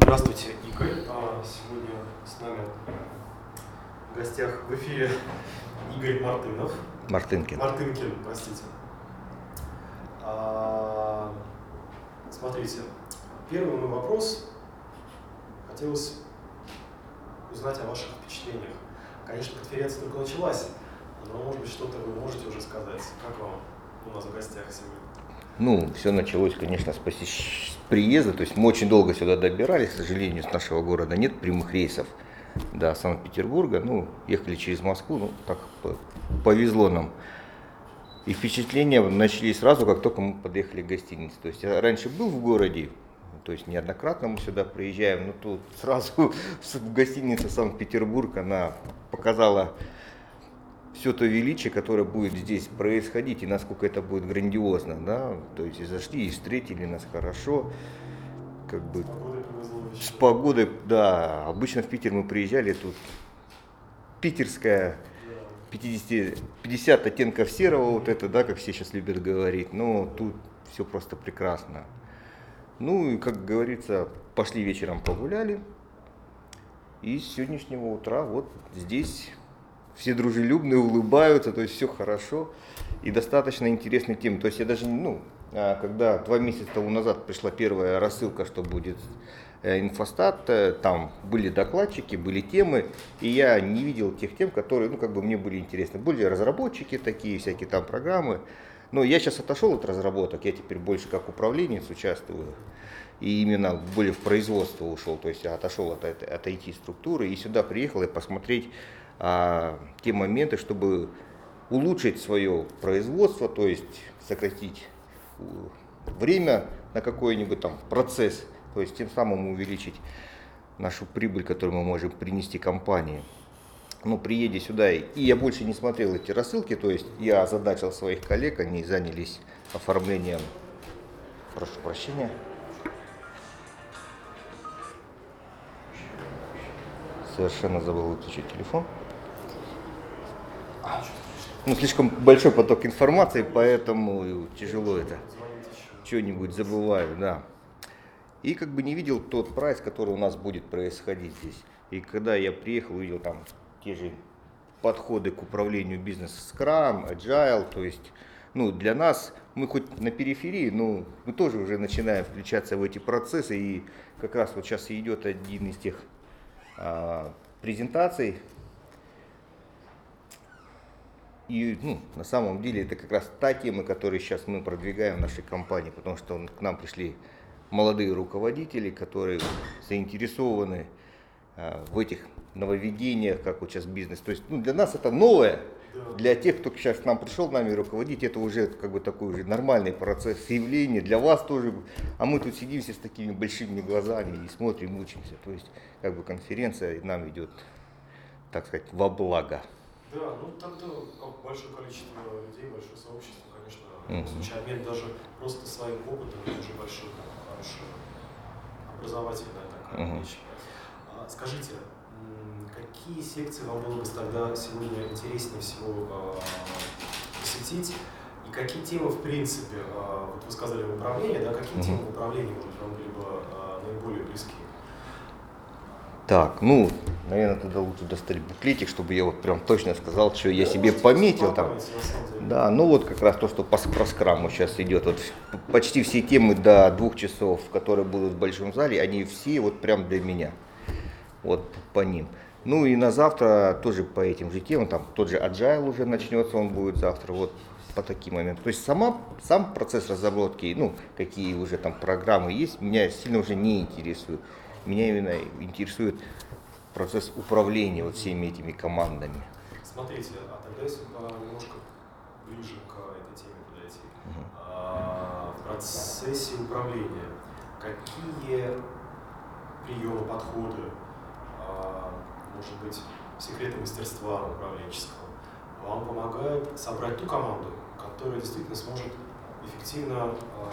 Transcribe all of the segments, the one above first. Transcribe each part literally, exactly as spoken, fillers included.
Здравствуйте, Игорь. Сегодня с нами в гостях в эфире Игорь Мартынов. Мартынкин. Мартынкин, простите. Смотрите, первый мой вопрос. Хотелось узнать о ваших впечатлениях. Конечно, конференция только началась, но, может быть, что-то вы можете уже сказать. Как вам у нас в гостях сегодня? Ну, все началось, конечно, с, посещ... с приезда, то есть мы очень долго сюда добирались, к сожалению, с нашего города нет прямых рейсов до Санкт-Петербурга, ну, ехали через Москву, ну, так повезло нам. И впечатления начались сразу, как только мы подъехали к гостинице, то есть я раньше был в городе, то есть неоднократно мы сюда приезжаем, но тут сразу в гостинице Санкт-Петербург, она показала все то величие, которое будет здесь происходить, и насколько это будет грандиозно, да, то есть и зашли, и встретили нас хорошо, как бы, с погодой, да, обычно в Питер мы приезжали, тут питерская, пятьдесят, пятьдесят оттенков серого, вот это, да, как все сейчас любят говорить, но тут все просто прекрасно. Ну и, как говорится, пошли вечером погуляли, и с сегодняшнего утра вот здесь все дружелюбные, улыбаются, то есть все хорошо и достаточно интересные темы. То есть я даже, ну, когда два месяца тому назад пришла первая рассылка, что будет инфостат, там были докладчики, были темы, и я не видел тех тем, которые, ну, как бы мне были интересны. Были разработчики такие, всякие там программы. Но я сейчас отошел от разработок, я теперь больше как управленец участвую. И именно более в производство ушел, то есть я отошел от, от ай ти-структуры и сюда приехал и посмотреть а, те моменты, чтобы улучшить свое производство, то есть сократить время на какой-нибудь там процесс, то есть тем самым увеличить нашу прибыль, которую мы можем принести компании. Ну, приедя сюда, и я больше не смотрел эти рассылки, то есть я озадачил своих коллег, они занялись оформлением, прошу прощения, совершенно забыл выключить телефон. Ну, слишком большой поток информации, поэтому тяжело это. Что-нибудь забываю, да. И как бы не видел тот прайс, который у нас будет происходить здесь. И когда я приехал, увидел там те же подходы к управлению бизнесом, Scrum, Agile, то есть, ну, для нас, мы хоть на периферии, но мы тоже уже начинаем включаться в эти процессы. И как раз вот сейчас идет один из тех а, презентаций. И, ну, на самом деле это как раз та тема, которую сейчас мы продвигаем в нашей компании, потому что к нам пришли молодые руководители, которые заинтересованы а, в этих нововведениях, как вот сейчас бизнес. То есть, ну, для нас это новое, для тех, кто сейчас к нам пришел нами руководить, это уже как бы такой уже нормальный процесс явления, для вас тоже. А мы тут сидимся с такими большими глазами и смотрим, учимся. То есть, как бы конференция нам идет, так сказать, во благо. Да, ну тогда большое количество людей, большое сообщество, конечно, mm-hmm. в случае обмен даже просто своим опытом, это уже большая, хорошая образовательная такая mm-hmm. вещь. А, скажите, какие секции вам было бы тогда сегодня интереснее всего а, посетить, и какие темы, в принципе, а, вот вы сказали в управлении, да, какие mm-hmm. темы в управлении вам были бы а, наиболее близки? Так, ну, наверное, тогда лучше достать буклетик, чтобы я вот прям точно сказал, что я себе пометил там. Да, ну вот как раз то, что по, про скраму сейчас идет. Вот почти все темы до двух часов, которые будут в большом зале, они все вот прям для меня. Вот по ним. Ну и на завтра тоже по этим же темам, там тот же Agile уже начнется, он будет завтра, вот по таким моментам. То есть сама, сам процесс разработки, ну, какие уже там программы есть, меня сильно уже не интересует. Меня именно интересует процесс управления вот всеми этими командами. Смотрите, а тогда если немножко ближе к этой теме подойти. Uh-huh. А, в процессе управления какие приемы, подходы, а, может быть, секреты мастерства управленческого вам помогают собрать ту команду, которая действительно сможет эффективно а,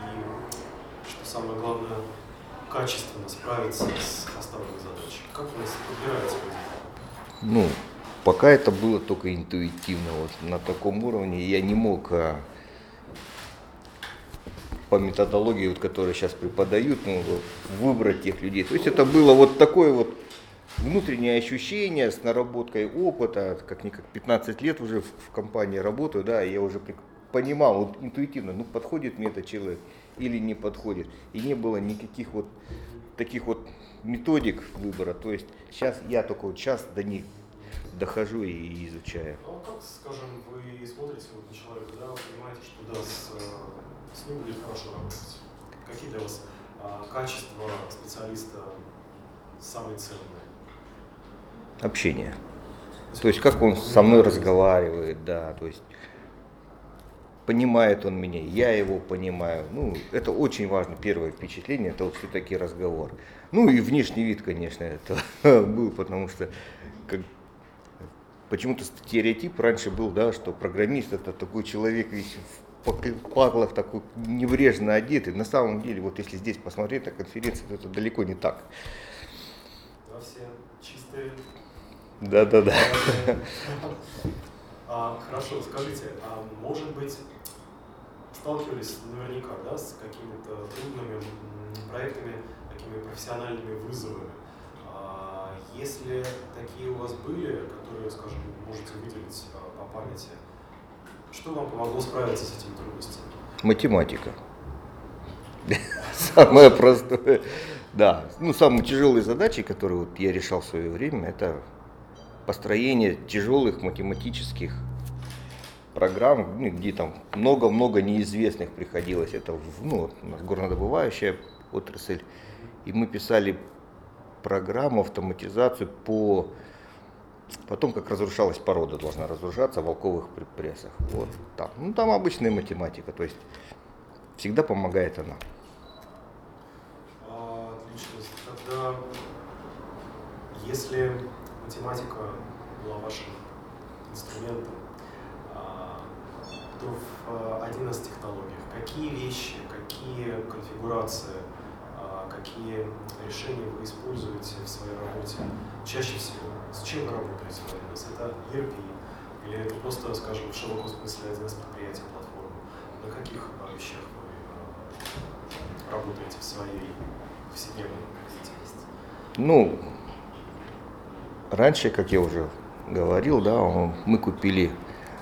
и, что самое главное, качественно справиться с поставленной задачей? Как вы подбираете людей? Ну, пока это было только интуитивно, вот на таком уровне я не мог а, по методологии, вот, которую сейчас преподают, ну, вот, выбрать тех людей. То есть это было вот такое вот внутреннее ощущение с наработкой опыта, как-никак пятнадцать лет уже в, в компании работаю, да, и я уже понимал вот, интуитивно, ну подходит мне этот человек или не подходит. И не было никаких вот таких вот методик выбора. То есть сейчас я только вот сейчас до них дохожу и изучаю. Ну, как, скажем, вы смотрите вот на человека, да, вы понимаете, что да, с, с ним будет хорошо работать. Какие для вас а, качества специалиста самые ценные? Общение. То есть как он со мной разговаривает, да, то есть понимает он меня, я его понимаю. Ну, это очень важно, первое впечатление, это вот все-таки разговор. Ну и внешний вид, конечно, это был, потому что как, почему-то стереотип раньше был, да, что программист это такой человек весь в патлах, такой небрежно одетый. На самом деле, вот если здесь посмотреть на конференции, то это далеко не так. Да, все чистые. Да, да, да. А, хорошо, скажите, а может быть, сталкивались наверняка, да, с какими-то трудными проектами, такими профессиональными вызовами? А, если такие у вас были, которые, скажем, можете выделить а, по памяти, что вам помогло справиться с этими трудностями? Математика. Самое простое. Да, ну самые тяжелые задачи, которые вот я решал в свое время, это построение тяжелых математических программ, ну, где там много-много неизвестных приходилось. Это ну, у нас горнодобывающая отрасль. И мы писали программу, автоматизацию по, по тому, как разрушалась порода, должна разрушаться в волковых прессах. Вот там. Ну там обычная математика, то есть всегда помогает она. А, отлично. Тогда, если математика была вашим инструментом, то в один эс технологиях какие вещи, какие конфигурации, какие решения вы используете в своей работе чаще всего? С чем вы работаете в один эс? Это и эр пи или это просто, скажем, в широком смысле один эс предприятия, платформы? На каких вещах вы работаете в своей повседневной деятельности? Ну, раньше, как я уже говорил, да, мы купили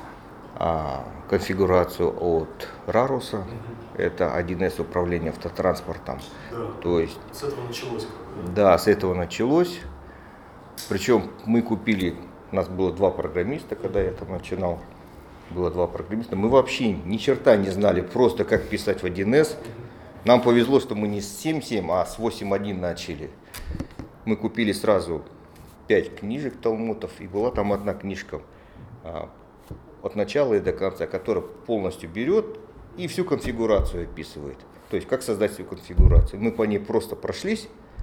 а, конфигурацию от Раруса. Mm-hmm. Это один эс управления автотранспортом. Да. То есть, с этого началось. Да, с этого началось. Причем мы купили, у нас было два программиста, когда я там начинал. Было два программиста. Мы вообще ни черта не знали просто, как писать в один эс. Нам повезло, что мы не с семь семь, а с восемь один начали. Мы купили сразу пять книжек талмудов, и была там одна книжка а, от начала и до конца, которая полностью берет и всю конфигурацию описывает. То есть, как создать всю конфигурацию. Мы по ней просто прошлись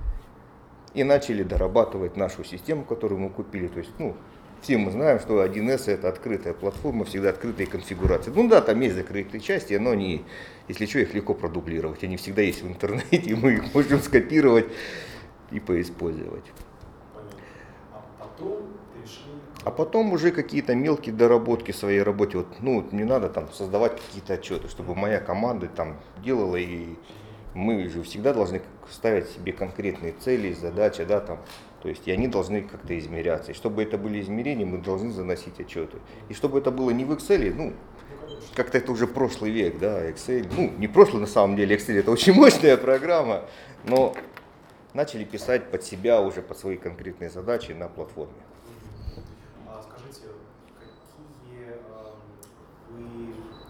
и начали дорабатывать нашу систему, которую мы купили. То есть, ну, все мы знаем, что один эс это открытая платформа, всегда открытые конфигурации. Ну да, там есть закрытые части, но они, если что, их легко продублировать. Они всегда есть в интернете, и мы их можем скопировать и поиспользовать. А потом перешли... А потом уже какие-то мелкие доработки в своей работе. Вот, ну, не надо там создавать какие-то отчеты, чтобы моя команда там делала, и мы же всегда должны ставить себе конкретные цели, задачи, да, там. То есть и они должны как-то измеряться. И чтобы это были измерения, мы должны заносить отчеты. И чтобы это было не в Excel, ну, как-то это уже прошлый век, да, Excel. Ну, не прошлый на самом деле, Excel это очень мощная программа, но начали писать под себя уже, под свои конкретные задачи на платформе. А скажите, какие э, вы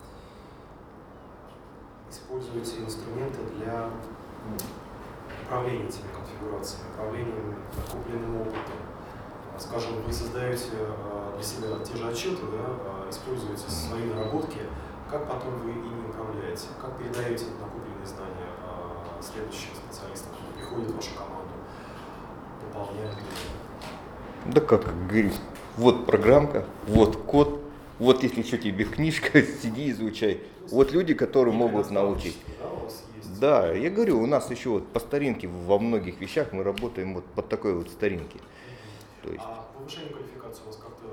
используете инструменты для управления этими конфигурациями, управлением накопленным опытом? Скажем, вы создаете для себя те же отчеты, да, используете свои наработки, как потом вы ими управляете, как передаете накопленные знания следующим специалистам, которые приходят в вашу команду, выполняют? Да как, говорю, вот программка, вот код, вот если что тебе книжка, сиди изучай. Вот люди, которые могут научить. Да, я говорю, у нас еще вот по старинке во многих вещах мы работаем вот по такой вот старинке. То есть... А повышение квалификации у вас как-то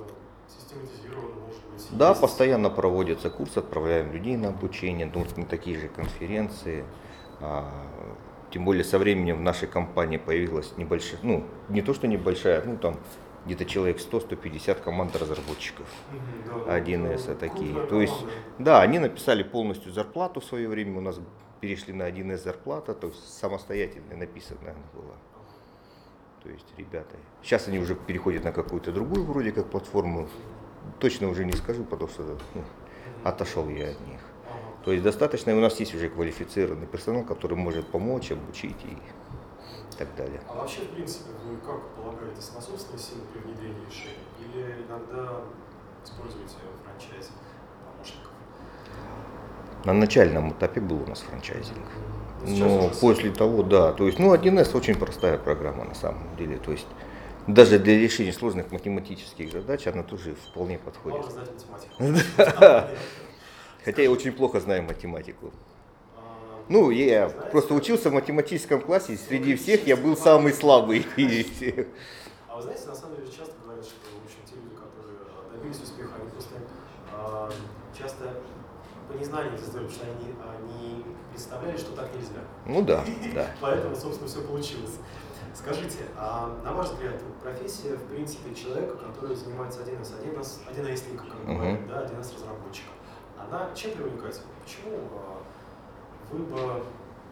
систематизировано, может быть? Да, есть? постоянно проводятся курсы, отправляем людей на обучение, ну, на такие же конференции. А, тем более со временем в нашей компании появилась небольшая, ну, не то что небольшая, ну, там где-то человек сто - сто пятьдесят команд разработчиков. Mm-hmm, да, один эс да, такие. То команда. есть, да, они написали полностью зарплату в свое время, у нас перешли на один эс зарплата, то есть самостоятельно написано было. То есть ребята, сейчас они уже переходят на какую-то другую вроде как платформу, точно уже не скажу, потому что ну, отошел я от них. То есть достаточно, у нас есть уже квалифицированный персонал, который может помочь, обучить и так далее. А вообще, в принципе, вы как полагаетесь на собственные силы при внедрении решений? Или иногда используете франчайз помощников? На начальном этапе был у нас франчайзинг. Но Но после того, да, то есть, ну, один эс очень простая программа на самом деле, то есть даже для решения сложных математических задач она тоже вполне подходит. Главное знать математику. Хотя я очень плохо знаю математику. Ну, я просто учился в математическом классе, и среди всех я был самый слабый из всех. А вы знаете, на самом деле часто говорят, что в общем, те люди, которые добились успеха, они просто э, часто по незнанию это сделали, потому что они, они представляли, что так нельзя. Ну да, да. Поэтому, собственно, все получилось. Скажите, а на ваш взгляд, профессия, в принципе, человека, который занимается один эс, один эс, один эс-ника, как uh-huh. говорят, да, один эс-разработчика, она чем привлекательна? Почему а, вы бы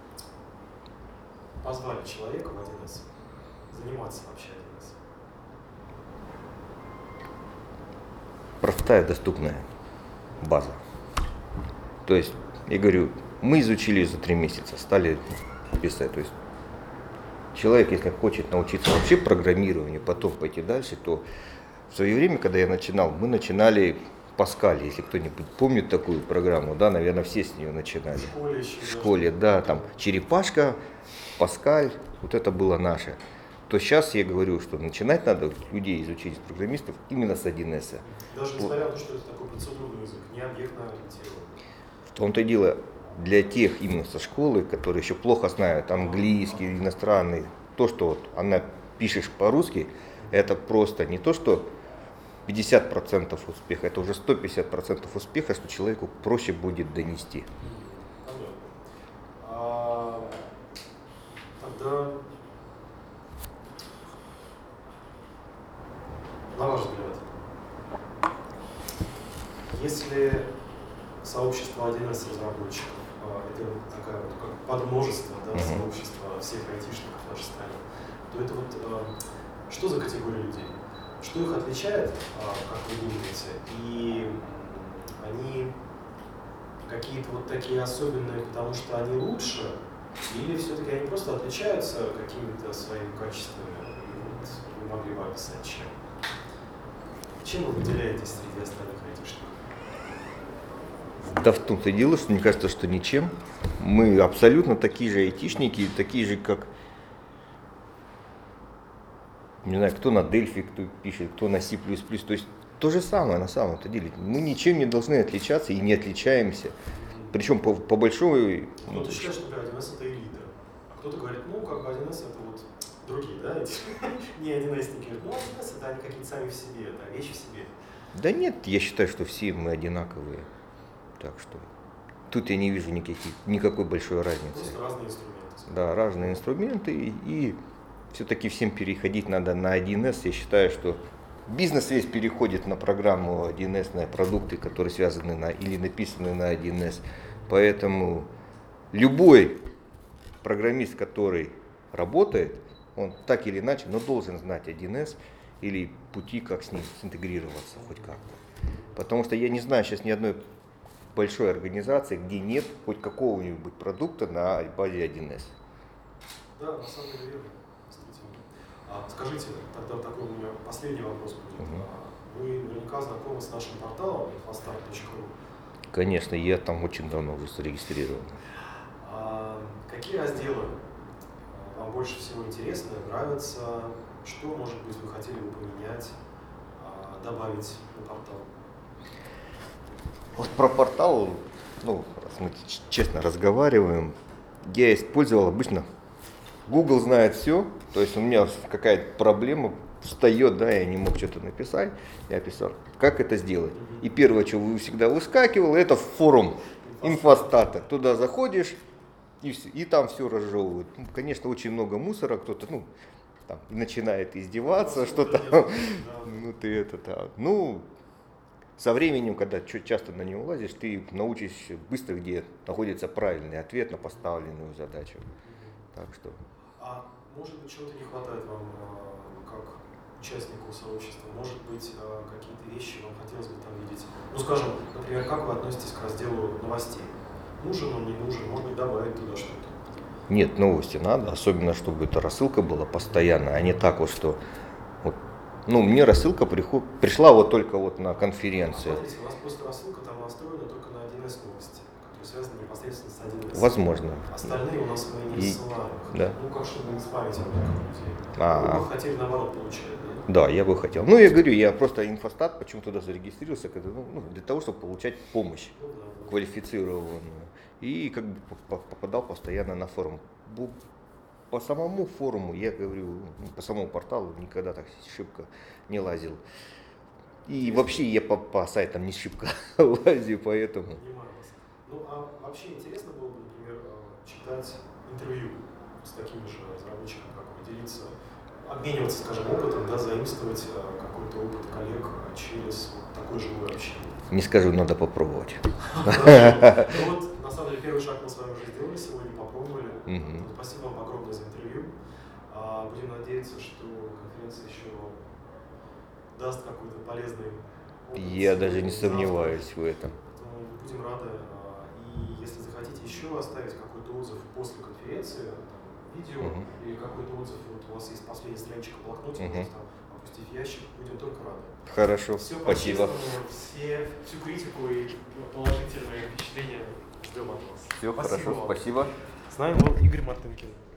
позвали человека в один эс заниматься вообще один эс? Простая, доступная база. То есть, я говорю, мы изучили за три месяца, стали писать. То есть, человек, если хочет научиться вообще программированию, потом пойти дальше, то в свое время, когда я начинал, мы начинали Паскаль, если кто-нибудь помнит такую программу, да, наверное, все с нее начинали. В школе, еще, в школе да, там черепашка, Паскаль, вот это было наше. То сейчас я говорю, что начинать надо людей изучить программистов именно с один эс. Даже несмотря на то, что это такой процедурный язык, не объектно ориентированный. В том-то и дело, для тех именно со школы, которые еще плохо знают английский, иностранный, то, что вот она пишешь по-русски, это просто не то, что пятьдесят процентов успеха, это уже сто пятьдесят процентов успеха, что человеку проще будет донести. Понятно. А, тогда, на ваш взгляд, если сообщество один эс разработчиков, это такая вот как подмножество, да, uh-huh. сообщества всех айтишников в нашей стране, то это вот что за категория людей? Что их отличает, как вы думаете, и они какие-то вот такие особенные, потому что они лучше, или все-таки они просто отличаются какими-то своими качествами? Вот вы могли бы описать, чем? Чем вы выделяетесь среди остальных айтишников? Да в том-то и дело, что мне кажется, что ничем. Мы абсолютно такие же айтишники, такие же, как, не знаю, кто на Дельфи, кто пишет, кто на C++. То есть то же самое на самом-то деле. Мы ничем не должны отличаться и не отличаемся. Причем по, по большой... Кто-то ну, считает, что например, один эс это элита. А кто-то говорит, ну, как бы один эс это вот другие, да, эти не один эс-ники. Ну, один эс это они какие-то сами в себе, это вещи в себе. Да нет, я считаю, что все мы одинаковые. Так что тут я не вижу никаких, никакой большой разницы. Просто разные инструменты. Да, разные инструменты. И, и все-таки всем переходить надо на один эс. Я считаю, что бизнес весь переходит на программу один эс, на продукты, которые связаны на или написаны на один эс. Поэтому любой программист, который работает, он так или иначе, но должен знать один эс или пути, как с ним синтегрироваться хоть как-то. Потому что я не знаю сейчас ни одной большой организации, где нет хоть какого-нибудь продукта на базе один эс. Да, на самом деле верно, действительно. А, скажите, тогда такой у меня последний вопрос будет. Угу. Вы наверняка знакомы с нашим порталом infostar точка ру? Конечно, я там очень давно зарегистрирован. А, какие разделы вам больше всего интересны, нравятся? Что, может быть, вы хотели бы поменять, добавить на портал? Вот про портал, ну, раз мы честно разговариваем, я использовал обычно, Google знает все, то есть у меня какая-то проблема, встает, да, я не мог что-то написать, я писал, как это сделать. И первое, что всегда выскакивало, это форум инфостата. Туда заходишь, и, все, и там все разжевывают. Ну, конечно, очень много мусора, кто-то, ну, там, начинает издеваться, что-то, ну, ты это, да. Ну, со временем, когда часто на него лазишь, ты научишься быстро, где находится правильный ответ на поставленную задачу. Так что... А может быть, чего-то не хватает вам, как участнику сообщества? Может быть, какие-то вещи вам хотелось бы там видеть? Ну, скажем, например, как вы относитесь к разделу новостей? Нужен он, не нужен? Может быть, добавить туда что-то? Нет, новости надо, особенно, чтобы эта рассылка была постоянная, а не так вот, что... Вот, ну, мне рассылка приход... пришла вот только вот на конференции. Смотрите, у вас просто рассылка там настроена только на один эс новости, которые связаны непосредственно с один эс. Возможно. Остальные у нас мы не И... ссылаем. Да. Ну, как чтобы не спамить об этом людей. А-а-а. Вы бы хотели, наоборот, получать, да? Да, я бы хотел. Ну, я говорю, я просто инфостат, почему туда зарегистрировался, когда, ну, для того, чтобы получать помощь Ну, да, да. квалифицированную. И как бы попадал постоянно на форум. По самому форуму, я говорю, по самому порталу никогда так шибко не лазил. И вообще я по, по сайтам не шибко лазил, поэтому... Понимаю вас. Ну, а вообще интересно было бы, например, читать интервью с такими же разработчиками, как вы, делиться, обмениваться, скажем, опытом, да, заимствовать какой-то опыт коллег через вот такое живое общение. Не скажу, надо попробовать. Ну вот, на самом деле, первый шаг мы с вами уже сделали сегодня, попробовали. Спасибо вам огромное за интервью. Будем надеяться, что конференция еще даст какой-то полезный опыт. Я даже не сомневаюсь в этом. Будем рады. И если захотите еще оставить какой-то отзыв после конференции, там, видео uh-huh. или какой-то отзыв, вот у вас есть последняя страничка в блокноте, uh-huh. можете там опустить в ящик, будем только рады. Хорошо, все спасибо. Все, всю критику и положительные впечатления ждем от вас. Все Спасибо хорошо, вам. спасибо. С нами был Игорь Мартынкин.